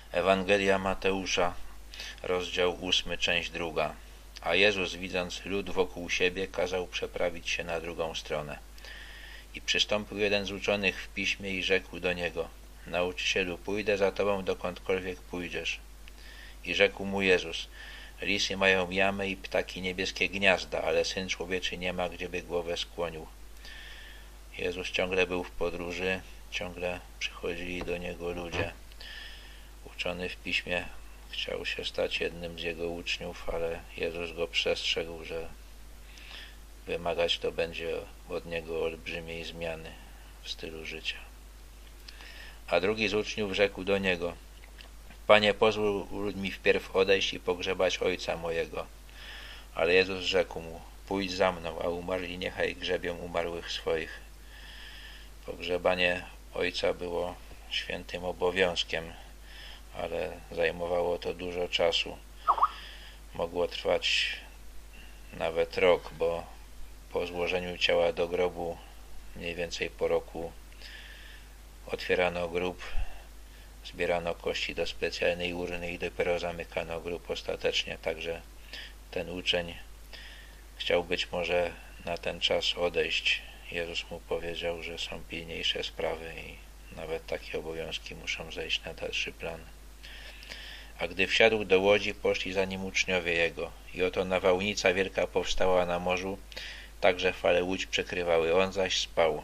Ewangelia Mateusza, rozdział 8, część 2. A Jezus, widząc lud wokół siebie, kazał przeprawić się na drugą stronę. I przystąpił jeden z uczonych w piśmie i rzekł do Niego: Nauczycielu, pójdę za Tobą, dokądkolwiek pójdziesz. I rzekł mu Jezus: Lisy mają jamy i ptaki niebieskie gniazda, ale Syn Człowieczy nie ma, gdzieby głowę skłonił. Jezus ciągle był w podróży, ciągle przychodzili do Niego ludzie. Uczony w piśmie chciał się stać jednym z Jego uczniów, ale Jezus go przestrzegł, że wymagać to będzie od niego olbrzymiej zmiany w stylu życia. A drugi z uczniów rzekł do Niego: Panie, pozwól mi wpierw odejść i pogrzebać ojca mojego. Ale Jezus rzekł mu: Pójdź za mną, a umarli niechaj grzebią umarłych swoich. Pogrzebanie ojca było świętym obowiązkiem, ale zajmowało to dużo czasu. Mogło trwać nawet rok, bo po złożeniu ciała do grobu, mniej więcej po roku, otwierano grób, zbierano kości do specjalnej urny i dopiero zamykano grób ostatecznie. Także ten uczeń chciał być może na ten czas odejść. Jezus mu powiedział, że są pilniejsze sprawy i nawet takie obowiązki muszą zejść na dalszy plan. A gdy wsiadł do łodzi, poszli za nim uczniowie Jego. I oto nawałnica wielka powstała na morzu, tak że fale łódź przekrywały. On zaś spał.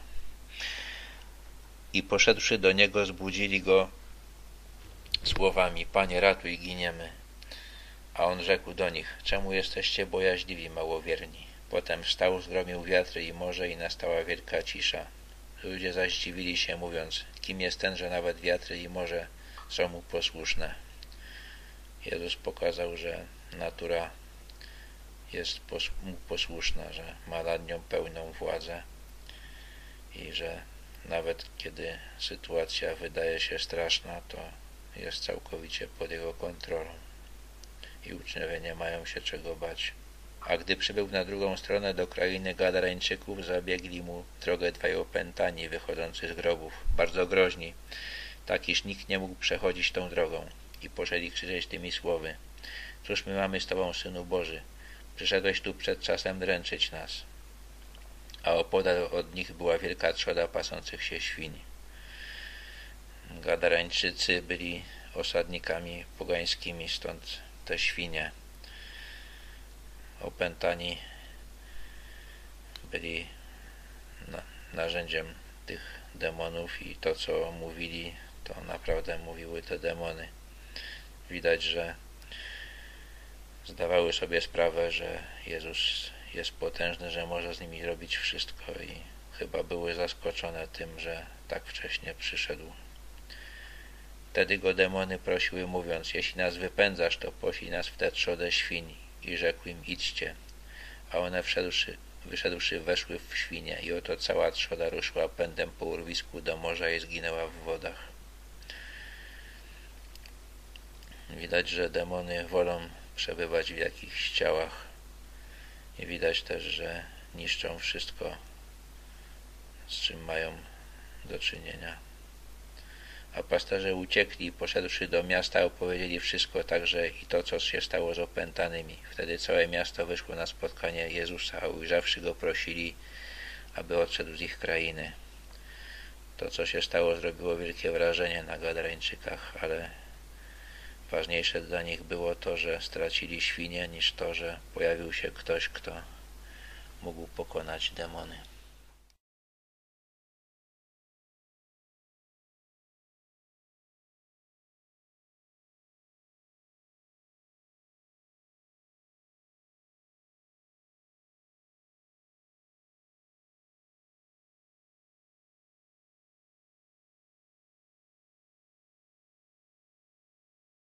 I poszedłszy do Niego, zbudzili Go słowami: Panie, ratuj, giniemy. A On rzekł do nich: Czemu jesteście bojaźliwi, małowierni? Potem wstał, zgromił wiatry i morze i nastała wielka cisza. Ludzie zaś dziwili się, mówiąc: Kim jest ten, że nawet wiatry i morze są mu posłuszne? Jezus pokazał, że natura jest mu posłuszna, że ma nad nią pełną władzę i że nawet kiedy sytuacja wydaje się straszna, to jest całkowicie pod Jego kontrolą i uczniowie nie mają się czego bać. A gdy przybył na drugą stronę do krainy Gadareńczyków, zabiegli mu drogę dwaj opętani wychodzący z grobów, bardzo groźni, tak iż nikt nie mógł przechodzić tą drogą. I poczęli krzyczeć tymi słowy: Cóż my mamy z Tobą, Synu Boży? Przyszedłeś tu przed czasem dręczyć nas. A opodal od nich była wielka trzoda pasących się świń. Gadareńczycy byli osadnikami pogańskimi, stąd te świnie. Opętani byli narzędziem tych demonów i to, co mówili, to naprawdę mówiły te demony. Widać, że zdawały sobie sprawę, że Jezus jest potężny, że może z nimi zrobić wszystko i chyba były zaskoczone tym, że tak wcześnie przyszedł. Wtedy go demony prosiły, mówiąc: Jeśli nas wypędzasz, to poślij nas w tę trzodę świń. I rzekł im: Idźcie. A one wyszedłszy, weszły w świnie i oto cała trzoda ruszyła pędem po urwisku do morza i zginęła w wodach. Widać, że demony wolą przebywać w jakichś ciałach i widać też, że niszczą wszystko, z czym mają do czynienia. A pasterze uciekli i poszedłszy do miasta, opowiedzieli wszystko, także i to, co się stało z opętanymi. Wtedy całe miasto wyszło na spotkanie Jezusa, a ujrzawszy Go, prosili, aby odszedł z ich krainy. To, co się stało, zrobiło wielkie wrażenie na Gadareńczykach, ale ważniejsze dla nich było to, że stracili świnie, niż to, że pojawił się ktoś, kto mógł pokonać demony.